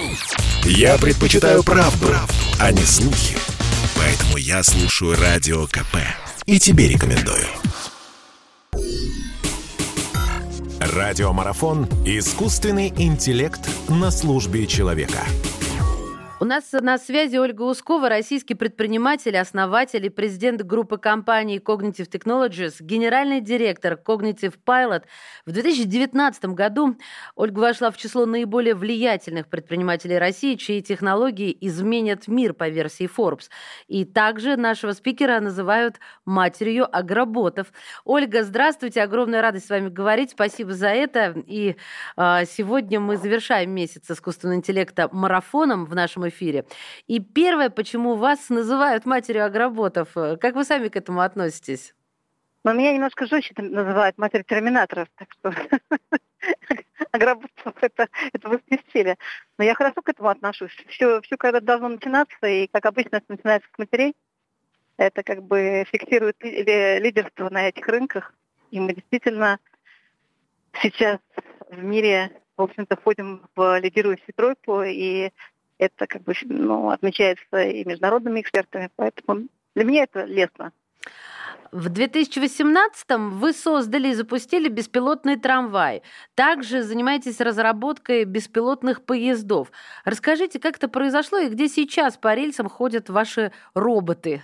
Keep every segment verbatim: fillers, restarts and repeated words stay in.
Я предпочитаю правду, правду, а не слухи. Поэтому я слушаю Радио КП. И тебе рекомендую. Радиомарафон «Искусственный интеллект на службе человека». У нас на связи Ольга Ускова, российский предприниматель, основатель и президент группы компаний Cognitive Technologies, генеральный директор Cognitive Pilot. В две тысячи девятнадцатом году Ольга вошла в число наиболее влиятельных предпринимателей России, чьи технологии изменят мир по версии Forbes. И также нашего спикера называют матерью агроботов. Ольга, здравствуйте, огромная радость с вами говорить, спасибо за это. И э, сегодня мы завершаем месяц искусственного интеллекта марафоном в нашем эфире. эфире. И первое, почему вас называют матерью агроботов. Как вы сами к этому относитесь? Но меня немножко жестче называют матерью терминаторов, так что агроботов это, это вы сместили. Но я хорошо к этому отношусь. Все, все когда должно начинаться, и как обычно это начинается с матерей, это как бы фиксирует лидерство на этих рынках. И мы действительно сейчас в мире, в общем-то, входим в лидирующую тройку, и это как бы ну, отмечается и международными экспертами, поэтому для меня это лестно. В две тысячи восемнадцатом вы создали и запустили беспилотный трамвай. Также занимаетесь разработкой беспилотных поездов. Расскажите, как это произошло и где сейчас по рельсам ходят ваши роботы?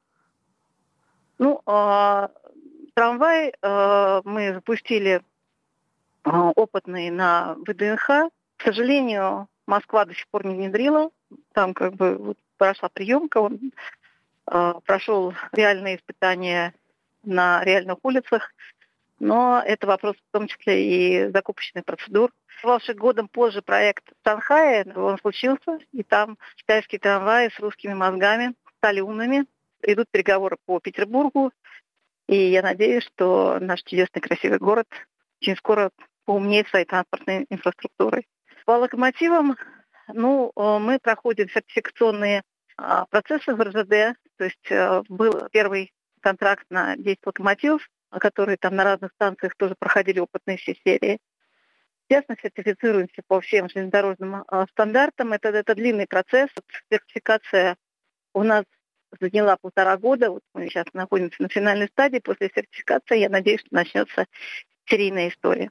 Ну, э, трамвай э, мы запустили э, опытный на ВДНХ. К сожалению, Москва до сих пор не внедрила. Там как бы вот прошла приемка, он э, прошел реальные испытания на реальных улицах, но это вопрос в том числе и закупочных процедур. Волшеб годом позже проект в Шанхае, он случился, и там китайские трамваи с русскими мозгами стали умными. Идут переговоры по Петербургу, и я надеюсь, что наш чудесный красивый город очень скоро поумнеет своей транспортной инфраструктурой. По локомотивам, ну, мы проходим сертификационные а, процессы в эр жэ дэ, то есть а, был первый контракт на десять локомотивов, которые там на разных станциях тоже проходили опытные все серии. Сейчас мы сертифицируемся по всем железнодорожным а, стандартам. Это, это длинный процесс. Сертификация у нас заняла полтора года. Вот мы сейчас находимся на финальной стадии. После сертификации, я надеюсь, что начнется серийная история.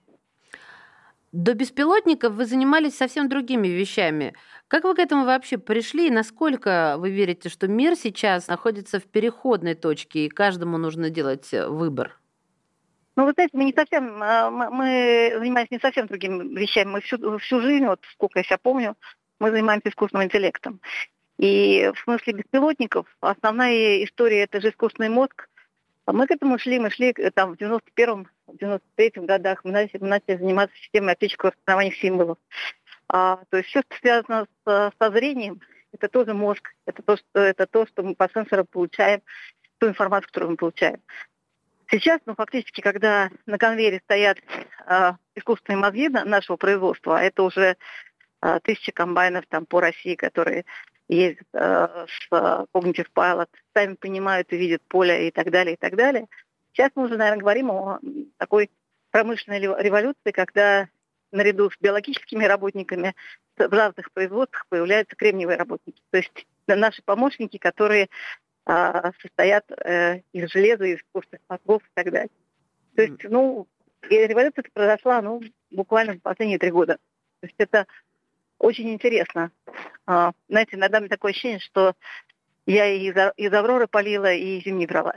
До беспилотников вы занимались совсем другими вещами. Как вы к этому вообще пришли и насколько вы верите, что мир сейчас находится в переходной точке и каждому нужно делать выбор? Ну, вы знаете, мы не совсем, мы занимаемся не совсем другими вещами. Мы всю, всю жизнь, вот сколько я себя помню, мы занимаемся искусственным интеллектом. И в смысле беспилотников основная история – это же искусственный мозг. А мы к этому шли, мы шли там в девяносто первом, девяносто третьем годах, мы начали, мы начали заниматься системой оптического распознавания символов. А, то есть все, что связано с, со зрением, это тоже мозг, это то, что, это то, что мы по сенсорам получаем, ту информацию, которую мы получаем. Сейчас, ну, фактически, когда на конвейере стоят а, искусственные мозги нашего производства, это уже а, тысячи комбайнов там, по России, которые ездят э, с э, Cognitive Pilot, сами понимают и видят поле и так далее, и так далее. Сейчас мы уже, наверное, говорим о такой промышленной революции, когда наряду с биологическими работниками в разных производствах появляются кремниевые работники. То есть наши помощники, которые э, состоят э, из железа, из искусственных мозгов и так далее. То есть, ну, революция произошла, ну, буквально в последние три года. То есть это очень интересно. А, знаете, иногда у меня такое ощущение, что я и из, из Авроры полила, и из Зимней брала.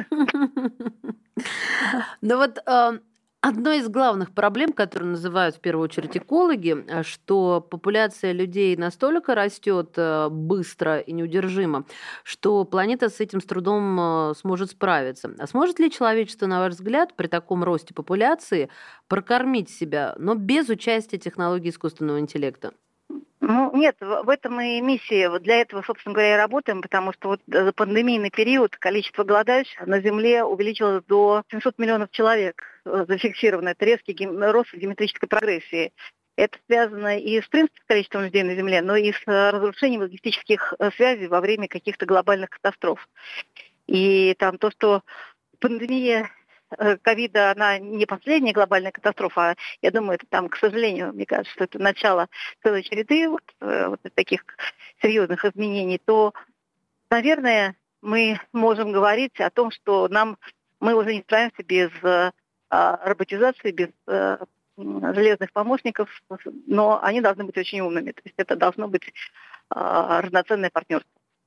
Ну вот одной из главных проблем, которые называют в первую очередь экологи, что популяция людей настолько растет быстро и неудержимо, что планета с этим с трудом сможет справиться. А сможет ли человечество, на ваш взгляд, при таком росте популяции прокормить себя, но без участия технологий искусственного интеллекта? Ну, нет, в этом и миссия. Вот для этого, собственно говоря, и работаем, потому что вот за пандемийный период количество голодающих на Земле увеличилось до семьсот миллионов человек. Зафиксировано. Это резкий рост в геометрической прогрессии. Это связано и с принципом количеством людей на Земле, но и с разрушением логистических связей во время каких-то глобальных катастроф. И там то, что пандемия ковида, она не последняя глобальная катастрофа, а я думаю, это там, к сожалению, мне кажется, что это начало целой череды вот, вот таких серьезных изменений, то, наверное, мы можем говорить о том, что нам мы уже не справимся без роботизации, без железных помощников, но они должны быть очень умными. То есть это должно быть равноценное партнерство.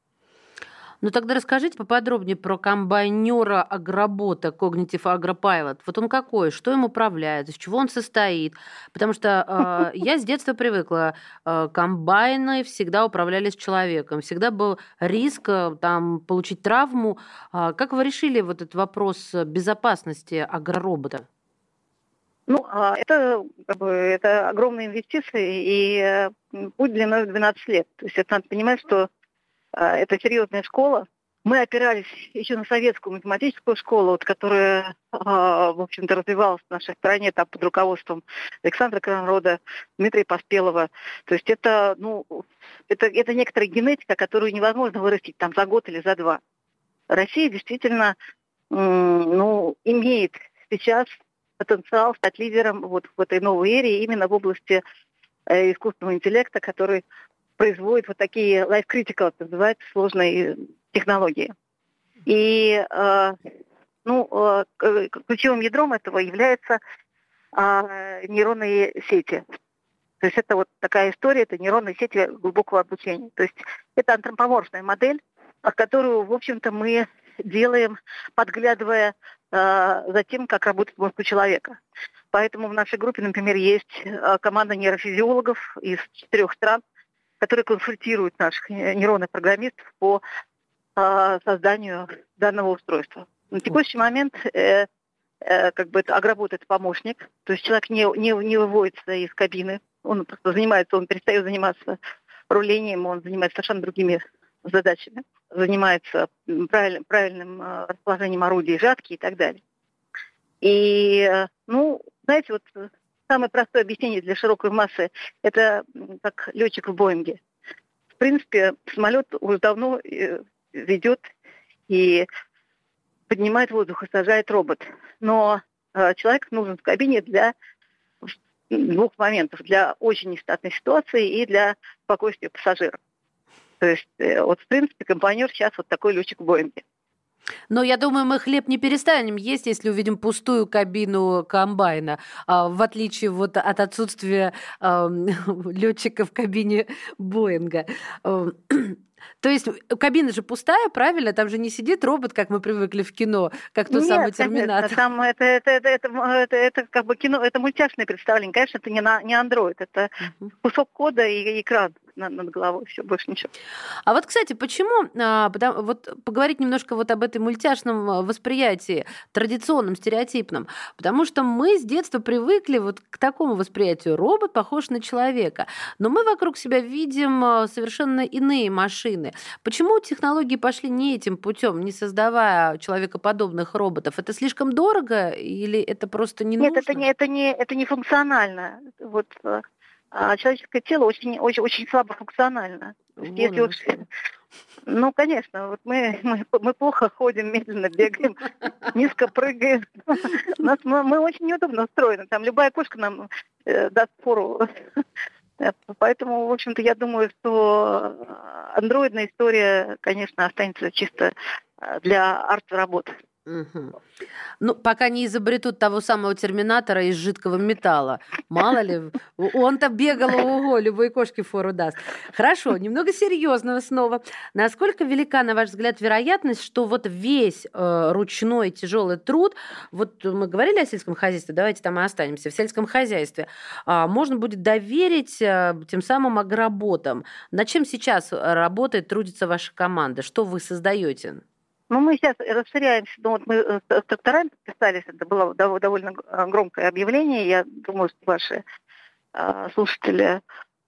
Ну тогда расскажите поподробнее про комбайнера Агробота Cognitive AgroPilot. Вот он какой, что им управляет, из чего он состоит? Потому что э, я с детства привыкла, э, комбайны всегда управлялись человеком, всегда был риск э, там, получить травму. Э, как вы решили вот этот вопрос безопасности агроробота? Ну, это, как бы, это огромные инвестиции и путь длиной в двенадцать лет. То есть это надо понимать, что это серьезная школа. Мы опирались еще на советскую математическую школу, вот, которая, в общем-то, развивалась в нашей стране там, под руководством Александра Кронрода, Дмитрия Поспелова. То есть это, ну, это, это некоторая генетика, которую невозможно вырастить там, за год или за два. Россия действительно ну, имеет сейчас потенциал стать лидером вот в этой новой эре именно в области э, искусственного интеллекта, который производит вот такие life-critical, так называется, сложные технологии. И э, ну, э, ключевым ядром этого являются э, нейронные сети. То есть это вот такая история, это нейронные сети глубокого обучения. То есть это антропоморфная модель, которую, в общем-то, мы делаем, подглядывая э, за тем, как работает мозг у человека. Поэтому в нашей группе, например, есть э, команда нейрофизиологов из четырех стран, которые консультируют наших нейронных программистов по э, созданию данного устройства. На текущий момент э, э, как бы это Агробот — это помощник, то есть человек не, не, не выводится из кабины, он просто занимается, он перестает заниматься рулением, он занимается совершенно другими задачами, занимается правиль, правильным э, расположением орудий, жатки и так далее. И, э, ну, знаете, вот самое простое объяснение для широкой массы – это как летчик в Боинге. В принципе, самолет уже давно э, ведет и поднимает воздух и сажает робот. Но э, человек нужен в кабине для двух моментов: для очень нештатной ситуации и для спокойствия пассажиров. То есть, вот, в принципе, комбайнер сейчас вот такой летчик в Боинге. Но я думаю, мы хлеб не перестанем есть, если увидим пустую кабину комбайна, в отличие вот от отсутствия э, летчика в кабине Боинга. То есть кабина же пустая, правильно? Там же не сидит робот, как мы привыкли в кино, как тот Нет, самый Терминатор. Конечно, там это, это, это, это, это, это как бы кино, это мультяшное представление. Конечно, это не, на, не Android, это uh-huh. кусок кода и экран над, над головой, все, больше ничего. А вот, кстати, почему, а, потому, вот поговорить немножко вот об этой мультяшном восприятии, традиционном, стереотипном, потому что мы с детства привыкли вот к такому восприятию: робот похож на человека, но мы вокруг себя видим совершенно иные машины. Почему технологии пошли не этим путем, не создавая человекоподобных роботов? Это слишком дорого или это просто не Нет, нужно? Нет, это не, это не, это не функционально. Вот а человеческое тело очень, очень, очень слабо функционально. Вон Если уж... Ну, конечно, вот мы, мы, мы плохо ходим, медленно бегаем, низко прыгаем. Нас, мы, мы очень неудобно устроены. Там любая кошка нам э, даст фору. Поэтому, в общем-то, я думаю, что андроидная история, конечно, останется чисто для арт-работ. Угу. Ну, пока не изобретут того самого Терминатора из жидкого металла. Мало ли, он-то бегал, ого, любой кошке фору даст. Хорошо, немного серьезного снова. Насколько велика, на ваш взгляд, вероятность, что вот весь э, ручной тяжелый труд, вот мы говорили о сельском хозяйстве, давайте там и останемся, в сельском хозяйстве, э, можно будет доверить э, тем самым агроботам? Над чем сейчас работает, трудится ваша команда? Что вы создаете? Ну, мы сейчас расширяемся. Ну, вот мы с тракторами подписались, это было довольно громкое объявление. Я думаю, что ваши э, слушатели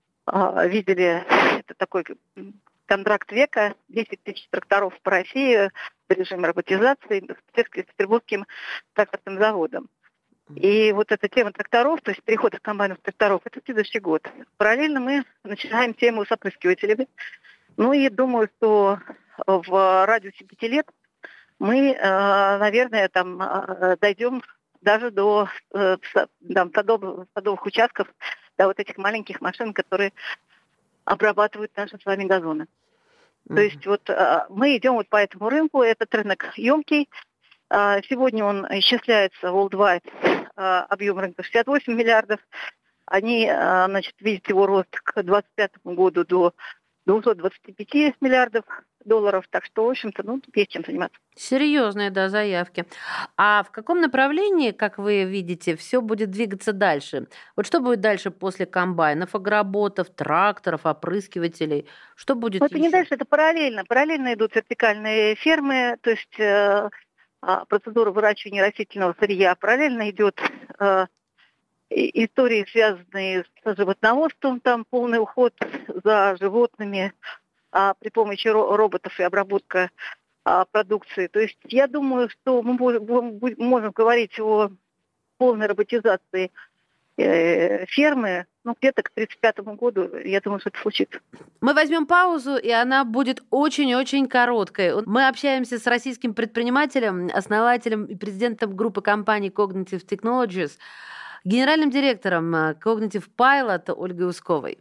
э, видели, это такой контракт века, десять тысяч тракторов по России в режиме роботизации с Петербургским тракторным заводом. И вот эта тема тракторов, то есть переход от комбайнов к тракторов, это следующий год. Параллельно мы начинаем тему с опрыскивателями. Ну и думаю, что в радиусе пяти лет мы, наверное, там дойдем даже до там, садовых, садовых участков, до вот этих маленьких машин, которые обрабатывают наши с вами газоны. Mm-hmm. То есть вот мы идем вот по этому рынку, этот рынок емкий. Сегодня он исчисляется worldwide, объем рынка шестьдесят восемь миллиардов. Они, значит, видят его рост к двадцать пятому году до двести двадцать пять миллиардов долларов. Так что, в общем-то, ну, есть чем заниматься. Серьезные, да, заявки. А в каком направлении, как вы видите, все будет двигаться дальше? Вот что будет дальше после комбайнов, агроботов, тракторов, опрыскивателей? Что будет ну, это еще? не дальше, это параллельно. Параллельно идут вертикальные фермы, то есть э, процедура выращивания растительного сырья. Параллельно идет э, истории, связанные с животноводством, там полный уход за животными а, при помощи ро- роботов и обработка а, продукции. То есть я думаю, что мы можем говорить о полной роботизации э, фермы, ну, где-то к тридцать пятому году, я думаю, что это случится. Мы возьмем паузу, и она будет очень-очень короткой. Мы общаемся с российским предпринимателем, основателем и президентом группы компаний Cognitive Technologies, генеральным директором Cognitive Pilot Ольгой Усковой.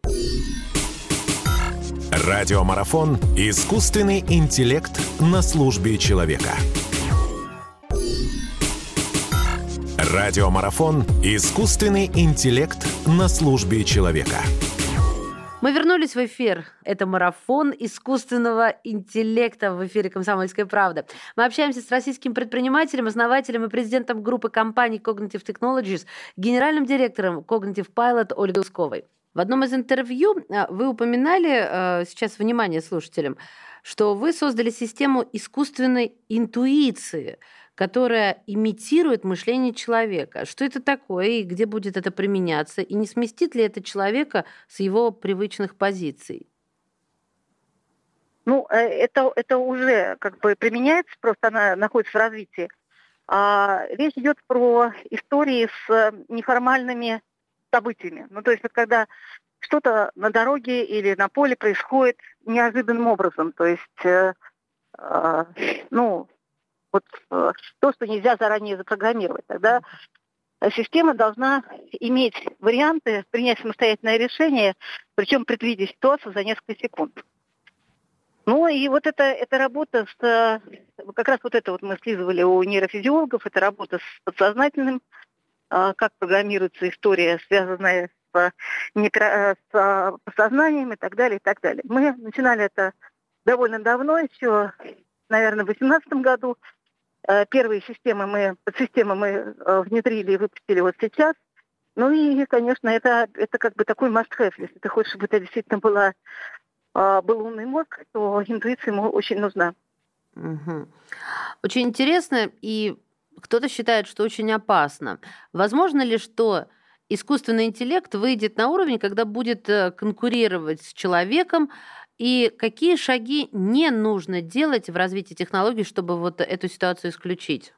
Радиомарафон «Искусственный интеллект на службе человека». Радиомарафон «Искусственный интеллект на службе человека». Мы вернулись в эфир. Это марафон искусственного интеллекта в эфире «Комсомольская правда». Мы общаемся с российским предпринимателем, основателем и президентом группы компаний Cognitive Technologies, генеральным директором Cognitive Pilot Ольгой Усковой. В одном из интервью вы упоминали, сейчас внимание слушателям, что вы создали систему искусственной интуиции, которая имитирует мышление человека. Что это такое и где будет это применяться? И не сместит ли это человека с его привычных позиций? Ну, это, это уже как бы применяется, просто она находится в развитии. А, речь идет про истории с неформальными событиями. Ну, то есть вот когда что-то на дороге или на поле происходит неожиданным образом, то есть, э, э, ну, вот э, то, что нельзя заранее запрограммировать, тогда система должна иметь варианты принять самостоятельное решение, причем предвидеть ситуацию за несколько секунд. Ну и вот это, эта работа с... Как раз вот это вот мы слизывали у нейрофизиологов, это работа с подсознательным, как программируется история, связанная с, микро, с подсознанием и так далее, и так далее. Мы начинали это довольно давно, еще, наверное, в две тысячи восемнадцатом году. Первые системы мы, подсистемы мы внедрили и выпустили вот сейчас. Ну и, конечно, это, это как бы такой must-have. Если ты хочешь, чтобы это действительно была, был умный мозг, то интуиция ему очень нужна. Угу. Очень интересно, и кто-то считает, что очень опасно. Возможно ли, что искусственный интеллект выйдет на уровень, когда будет конкурировать с человеком, и какие шаги не нужно делать в развитии технологий, чтобы вот эту ситуацию исключить?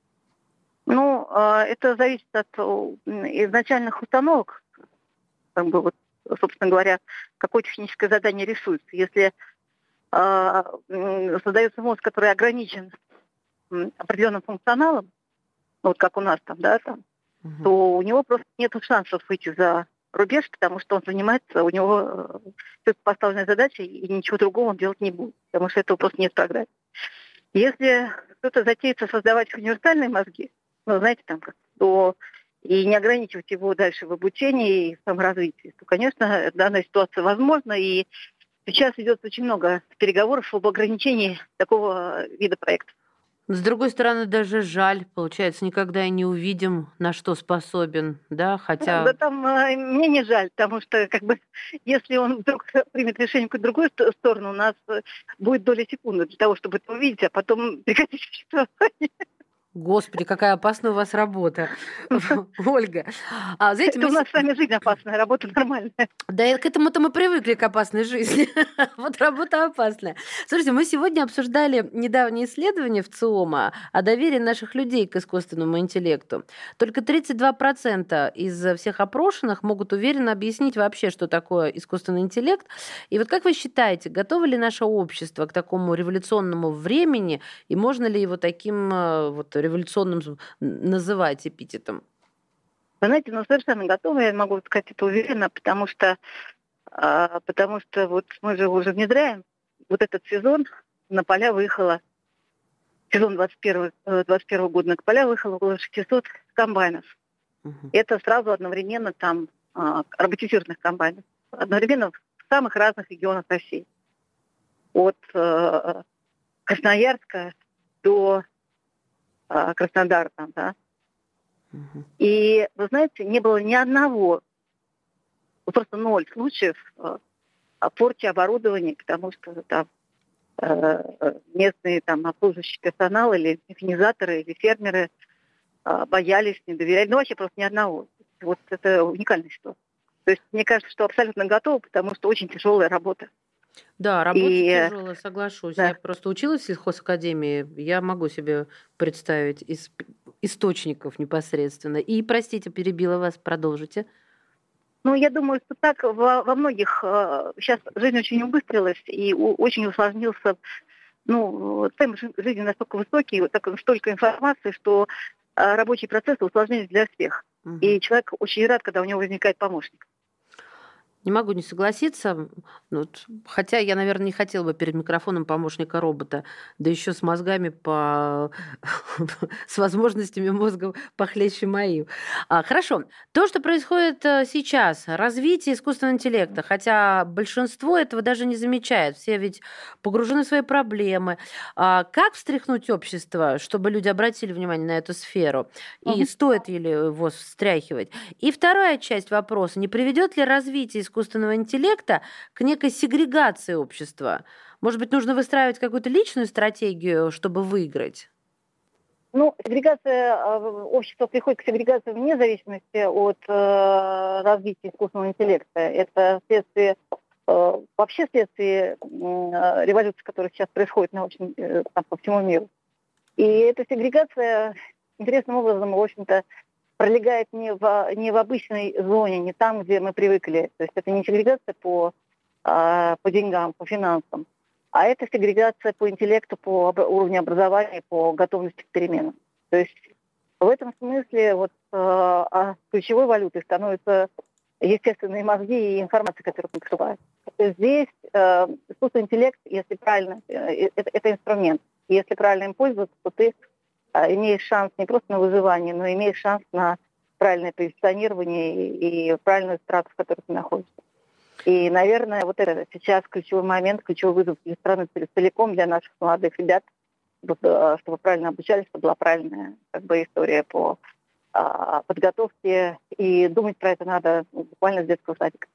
Ну, это зависит от изначальных установок, как бы вот, собственно говоря, какое техническое задание рисуется. Если создается мозг, который ограничен определенным функционалом, вот как у нас там, да, там, угу. то у него просто нет шансов выйти за рубеж, потому что он занимается, у него поставленная задача, и ничего другого он делать не будет, потому что этого просто нет в программе. Если кто-то затеется создавать универсальные мозги, ну, знаете, там, то и не ограничивать его дальше в обучении и в саморазвитии, то, конечно, данная ситуация возможна, и сейчас идет очень много переговоров об ограничении такого вида проектов. С другой стороны, даже жаль, получается, никогда и не увидим, на что способен, да, хотя... Да там э, мне не жаль, потому что, как бы, если он вдруг примет решение в какую-то другую сторону, у нас будет доля секунды для того, чтобы это увидеть, а потом прекратить существование. Господи, какая опасная у вас работа, Ольга. А, знаете, Это мы... у нас с вами жизнь опасная, работа нормальная. Да, к этому-то мы привыкли, к опасной жизни. Вот работа опасная. Слушайте, мы сегодня обсуждали недавнее исследование в ЦИОМа о доверии наших людей к искусственному интеллекту. Только тридцать два процента из всех опрошенных могут уверенно объяснить вообще, что такое искусственный интеллект. И вот как вы считаете, готово ли наше общество к такому революционному времени, и можно ли его таким вот революционным называть эпитетом? Вы знаете, ну совершенно готова, я могу сказать это уверенно, потому что, а, потому что вот мы же уже внедряем вот этот сезон, на поля выехало, сезон двадцать первого, двадцать первого года на поля выехало около шестисот комбайнов. Угу. Это сразу одновременно там а, роботизированных комбайнов, одновременно в самых разных регионах России. От а, Красноярска до Краснодар там, да. Uh-huh. И, вы знаете, не было ни одного, просто ноль случаев о порче оборудования, потому что там местные там обслуживающий персонал или механизаторы, или фермеры боялись, не доверяли. Ну, вообще просто ни одного. Вот это уникальная ситуация. То есть мне кажется, что абсолютно готово, потому что очень тяжелая работа. Да, работа и... тяжелая, соглашусь. Да. Я просто училась в сельхозакадемии, я могу себе представить из источников непосредственно. И, простите, перебила вас, продолжите. Ну, я думаю, что так во, во многих... Сейчас жизнь очень убыстрилась и очень усложнился... Ну, темп жизни настолько высокий, так, столько информации, что рабочие процессы усложнились для всех. Угу. И человек очень рад, когда у него возникает помощник. Не могу не согласиться. Вот, хотя я, наверное, не хотела бы перед микрофоном помощника робота, да еще с мозгами по... с возможностями мозга похлеще моим. А, хорошо. То, что происходит сейчас, развитие искусственного интеллекта, хотя большинство этого даже не замечает, все ведь погружены в свои проблемы. А, как встряхнуть общество, чтобы люди обратили внимание на эту сферу? И угу. стоит ли его встряхивать? И вторая часть вопроса. Не приведет ли развитие искусственного искусственного интеллекта к некой сегрегации общества? Может быть, нужно выстраивать какую-то личную стратегию, чтобы выиграть? Ну, сегрегация общества приходит к сегрегации вне зависимости от э, развития искусственного интеллекта. Это следствие, э, вообще следствие э, революции, которая сейчас происходит на очень, э, там, по всему миру. И эта сегрегация интересным образом, в общем-то, пролегает не в, не в обычной зоне, не там, где мы привыкли. То есть это не сегрегация по, а, по деньгам, по финансам, а это сегрегация по интеллекту, по об, уровню образования, по готовности к переменам. То есть в этом смысле вот, а, ключевой валютой становятся естественные мозги и информация, которую мы покрываем. Здесь а, искусственный интеллект, если правильно, это, это инструмент. Если правильно им пользоваться, то ты имеешь шанс не просто на выживание, но имеешь шанс на правильное позиционирование и, и правильную страту, в которой ты находишься. И, наверное, вот это сейчас ключевой момент, ключевой вызов для страны целиком, для наших молодых ребят, чтобы, чтобы правильно обучались, чтобы была правильная как бы, история по а, подготовке. И думать про это надо буквально с детского садика.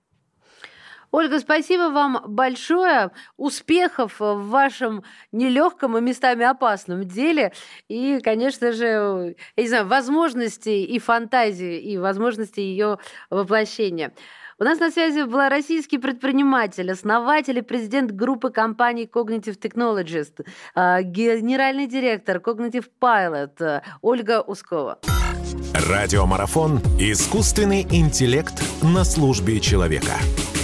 Ольга, спасибо вам большое. Успехов в вашем нелегком и местами опасном деле. И, конечно же, я не знаю, возможностей и фантазии, и возможностей ее воплощения. У нас на связи была российский предприниматель, основатель и президент группы компаний Cognitive Technologies, генеральный директор Cognitive Pilot Ольга Ускова. Радиомарафон «Искусственный интеллект на службе человека».